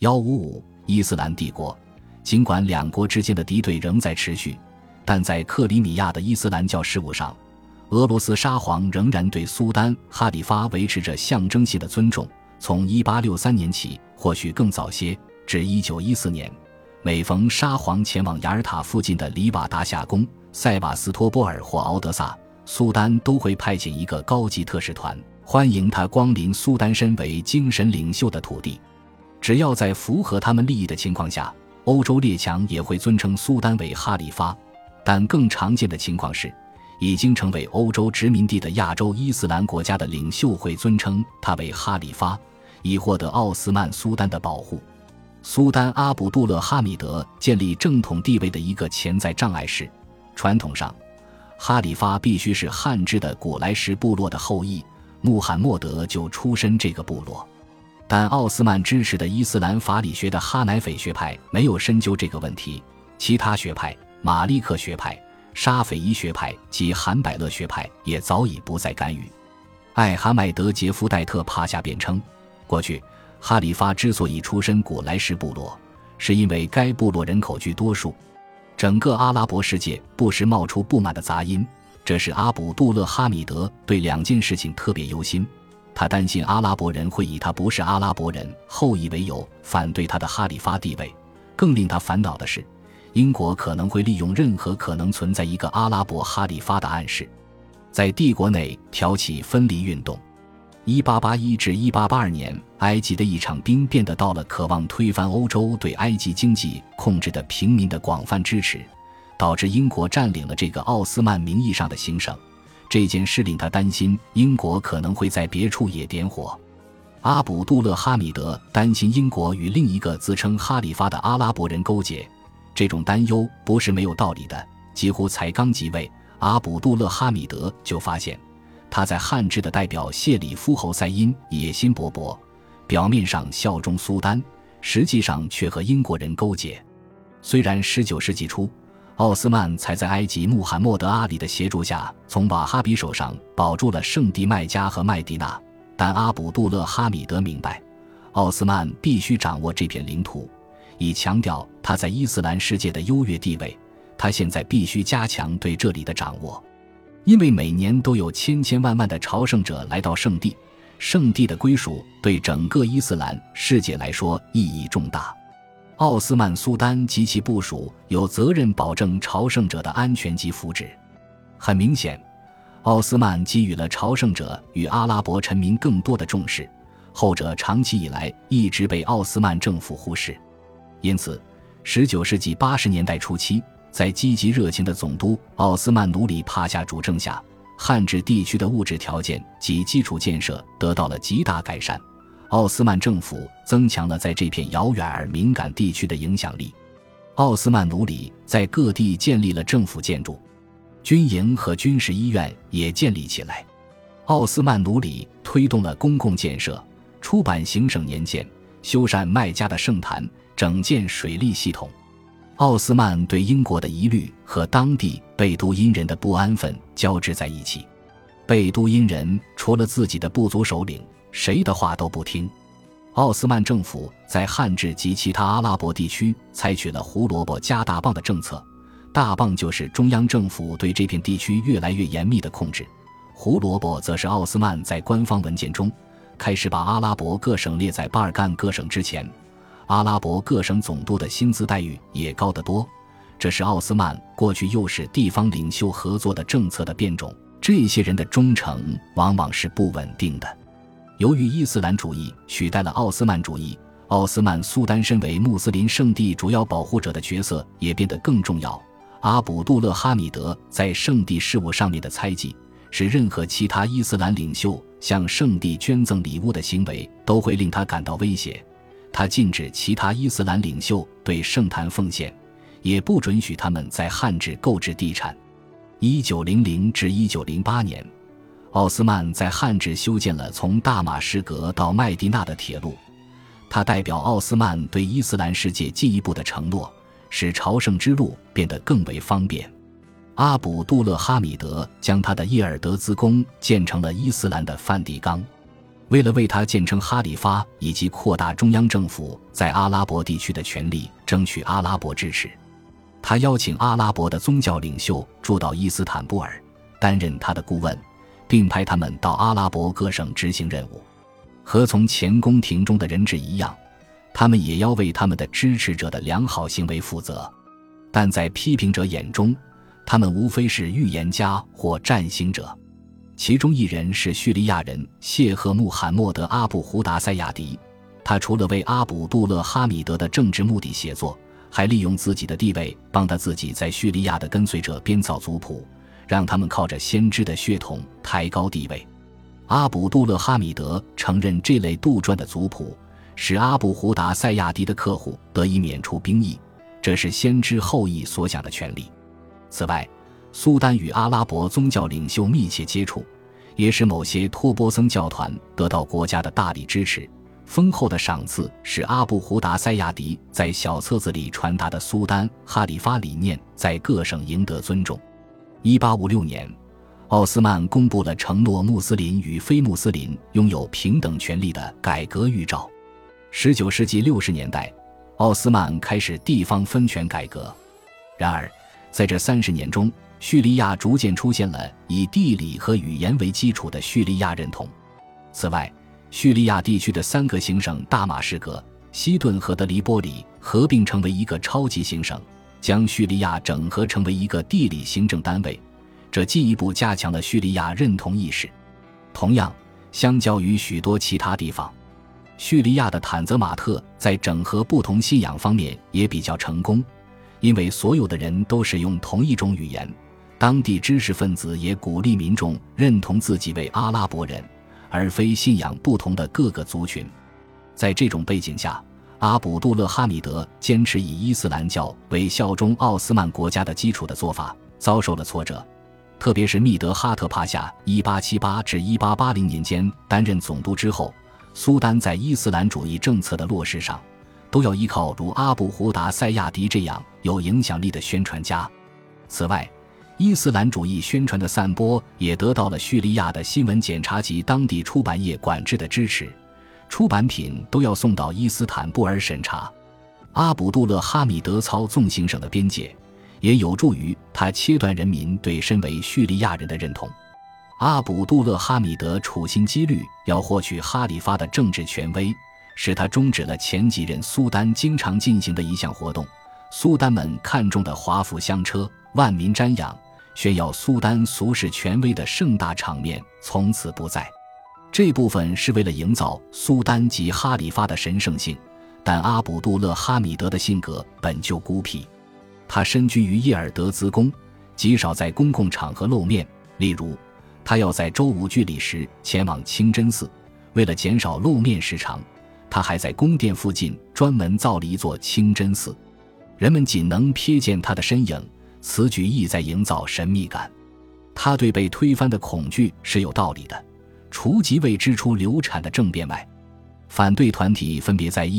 155伊斯兰帝国。尽管两国之间的敌对仍在持续，但在克里米亚的伊斯兰教事务上，俄罗斯沙皇仍然对苏丹哈里发维持着象征性的尊重。从1863年起，或许更早些，至1914年，每逢沙皇前往雅尔塔附近的里瓦达夏宫、塞瓦斯托波尔或敖德萨，苏丹都会派遣一个高级特使团，欢迎他光临苏丹身为精神领袖的土地。只要在符合他们利益的情况下，欧洲列强也会尊称苏丹为哈里发。但更常见的情况是，已经成为欧洲殖民地的亚洲伊斯兰国家的领袖会尊称他为哈里发，以获得奥斯曼苏丹的保护。苏丹阿卜杜勒哈米德建立正统地位的一个潜在障碍是，传统上哈里发必须是汉支的古莱什部落的后裔，穆罕默德就出身这个部落。但奥斯曼支持的伊斯兰法理学的哈乃斐学派没有深究这个问题，其他学派马利克学派、沙斐伊学派及韩百勒学派也早已不再干预。艾哈迈德杰夫戴特帕夏辩称，过去哈里发之所以出身古莱什部落，是因为该部落人口居多数。整个阿拉伯世界不时冒出不满的杂音，这使阿卜杜勒哈米德对两件事情特别忧心。他担心阿拉伯人会以他不是阿拉伯人后裔为由反对他的哈里发地位。更令他烦恼的是，英国可能会利用任何可能存在一个阿拉伯哈里发的暗示，在帝国内挑起分离运动。1881至1882年，埃及的一场兵变得到了渴望推翻欧洲对埃及经济控制的平民的广泛支持，导致英国占领了这个奥斯曼名义上的行省。这件事令他担心英国可能会在别处也点火。阿卜杜勒哈米德担心英国与另一个自称哈里发的阿拉伯人勾结，这种担忧不是没有道理的。几乎才刚即位，阿卜杜勒哈米德就发现他在汉支的代表谢里夫侯赛因野心勃勃，表面上效忠苏丹，实际上却和英国人勾结。虽然19世纪初奥斯曼才在埃及穆罕默德阿里的协助下从瓦哈比手上保住了圣地麦加和麦地那，但阿卜杜勒哈米德明白，奥斯曼必须掌握这片领土，以强调他在伊斯兰世界的优越地位。他现在必须加强对这里的掌握，因为每年都有千千万万的朝圣者来到圣地，圣地的归属对整个伊斯兰世界来说意义重大。奥斯曼苏丹及其部属有责任保证朝圣者的安全及福祉。很明显，奥斯曼给予了朝圣者与阿拉伯臣民更多的重视，后者长期以来一直被奥斯曼政府忽视。因此19世纪80年代初期，在积极热情的总督奥斯曼努里帕夏主政下，汉支地区的物质条件及基础建设得到了极大改善。奥斯曼政府增强了在这片遥远而敏感地区的影响力。奥斯曼努里在各地建立了政府建筑，军营和军事医院也建立起来。奥斯曼努里推动了公共建设，出版行省年鉴，修缮麦加的圣坛，整建水利系统。奥斯曼对英国的疑虑和当地贝都因人的不安分交织在一起。贝都因人除了自己的部族首领，谁的话都不听。奥斯曼政府在汉支及其他阿拉伯地区采取了胡萝卜加大棒的政策，大棒就是中央政府对这片地区越来越严密的控制，胡萝卜则是奥斯曼在官方文件中开始把阿拉伯各省列在巴尔干各省之前。阿拉伯各省总督的薪资待遇也高得多，这是奥斯曼过去诱使地方领袖合作的政策的变种。这些人的忠诚往往是不稳定的。由于伊斯兰主义取代了奥斯曼主义，奥斯曼苏丹身为穆斯林圣地主要保护者的角色也变得更重要。阿卜杜勒哈米德在圣地事务上面的猜忌，使任何其他伊斯兰领袖向圣地捐赠礼物的行为都会令他感到威胁。他禁止其他伊斯兰领袖对圣坛奉献，也不准许他们在汉支购置地产。1900至1908年，奥斯曼在汉支修建了从大马士革到麦地那的铁路，它代表奥斯曼对伊斯兰世界进一步的承诺，使朝圣之路变得更为方便。阿卜杜勒哈米德将他的叶尔德兹宫建成了伊斯兰的梵蒂冈。 为了为他建成哈里发以及扩大中央政府在阿拉伯地区的权力争取阿拉伯支持，他邀请阿拉伯的宗教领袖驻到伊斯坦布尔，担任他的顾问，并派他们到阿拉伯各省执行任务。和从前宫廷中的人质一样，他们也要为他们的支持者的良好行为负责。但在批评者眼中，他们无非是预言家或占星者。其中一人是叙利亚人谢赫穆罕默德·阿布胡达塞亚迪，他除了为阿卜杜勒哈米德的政治目的写作，还利用自己的地位帮他自己在叙利亚的跟随者编造族谱，让他们靠着先知的血统抬高地位。阿卜杜勒哈米德承认这类杜撰的族谱，使阿布胡达塞亚迪的客户得以免除兵役，这是先知后裔所享的权利。此外，苏丹与阿拉伯宗教领袖密切接触，也使某些托钵僧教团得到国家的大力支持。丰厚的赏赐使阿布胡达塞亚迪在小册子里传达的苏丹哈里发理念在各省赢得尊重。1856年，奥斯曼公布了承诺穆斯林与非穆斯林拥有平等权利的改革预兆。19世纪60年代，奥斯曼开始地方分权改革。然而，在这30年中，叙利亚逐渐出现了以地理和语言为基础的叙利亚认同。此外，叙利亚地区的3个行省大马士革、西顿和德黎波里合并成为一个超级行省，将叙利亚整合成为一个地理行政单位，这进一步加强了叙利亚认同意识。同样，相较于许多其他地方，叙利亚的坦泽马特在整合不同信仰方面也比较成功，因为所有的人都使用同一种语言，当地知识分子也鼓励民众认同自己为阿拉伯人，而非信仰不同的各个族群。在这种背景下，阿卜杜勒哈米德坚持以伊斯兰教为效忠奥斯曼国家的基础的做法遭受了挫折，特别是密德哈特帕夏1878至1880年间担任总督之后，苏丹在伊斯兰主义政策的落实上都要依靠如阿布胡达塞亚迪这样有影响力的宣传家。此外，伊斯兰主义宣传的散播也得到了叙利亚的新闻检查及当地出版业管制的支持，出版品都要送到伊斯坦布尔审查。阿卜杜勒哈米德操纵行省的边界，也有助于他切断人民对身为叙利亚人的认同。阿卜杜勒哈米德处心积虑要获取哈里发的政治权威，使他终止了前几任苏丹经常进行的一项活动，苏丹们看中的华服香车、万民瞻仰、炫耀苏丹俗世权威的盛大场面从此不在。这部分是为了营造苏丹及哈里发的神圣性，但阿卜杜勒哈米德的性格本就孤僻，他身居于耶尔德兹宫，极少在公共场合露面。例如，他要在周五聚礼时前往清真寺，为了减少露面时长，他还在宫殿附近专门造了一座清真寺，人们仅能瞥见他的身影，此举意在营造神秘感。他对被推翻的恐惧是有道理的，除即为支出流产的政变外，反对团体分别在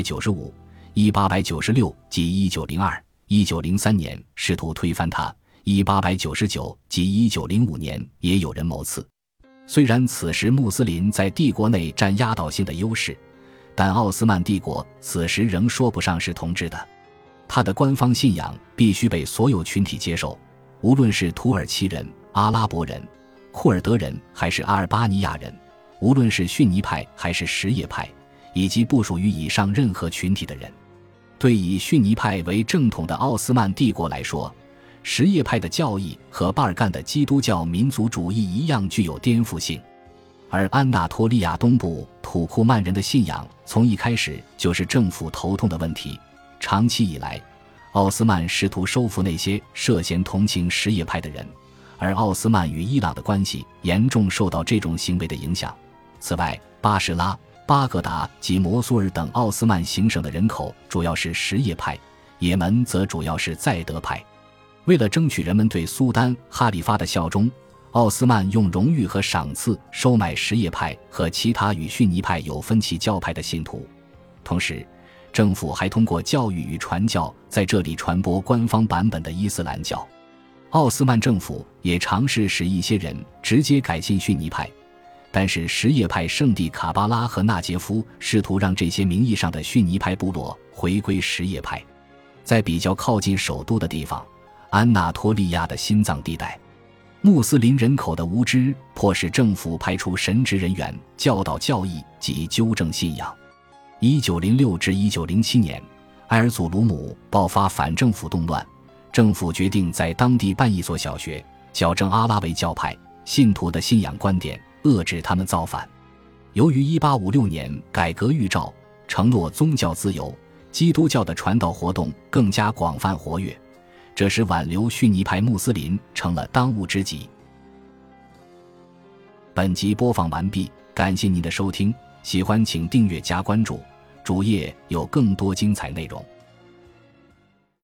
1895、1896及1902、1903年试图推翻他，1899及1905年也有人谋刺。虽然此时穆斯林在帝国内占压倒性的优势，但奥斯曼帝国此时仍说不上是同质的。他的官方信仰必须被所有群体接受，无论是土耳其人、阿拉伯人、库尔德人还是阿尔巴尼亚人，无论是逊尼派还是什叶派，以及不属于以上任何群体的人。对以逊尼派为正统的奥斯曼帝国来说，什叶派的教义和巴尔干的基督教民族主义一样具有颠覆性，而安纳托利亚东部土库曼人的信仰从一开始就是政府头痛的问题。长期以来，奥斯曼试图收服那些涉嫌同情什叶派的人，而奥斯曼与伊朗的关系严重受到这种行为的影响。此外，巴士拉、巴格达及摩苏尔等奥斯曼行省的人口主要是什叶派，也门则主要是在德派。为了争取人们对苏丹哈里发的效忠，奥斯曼用荣誉和赏赐收买什叶派和其他与逊尼派有分歧教派的信徒。同时，政府还通过教育与传教在这里传播官方版本的伊斯兰教。奥斯曼政府也尝试使一些人直接改信逊尼派， 但是什叶派圣地卡巴拉和纳杰夫试图让这些名义上的逊尼派部落回归什叶派。在比较靠近首都的地方，安纳托利亚的心脏地带，穆斯林人口的无知迫使政府派出神职人员教导教义及纠正信仰。1906至1907年，埃尔祖鲁姆爆发反政府动乱，政府决定在当地办一所小学，矫正阿拉维教派信徒的信仰观点，遏制他们造反。由于1856年改革预兆，承诺宗教自由，基督教的传道活动更加广泛活跃，这使挽留逊尼派穆斯林成了当务之急。本集播放完毕，感谢您的收听，喜欢请订阅加关注，主页有更多精彩内容。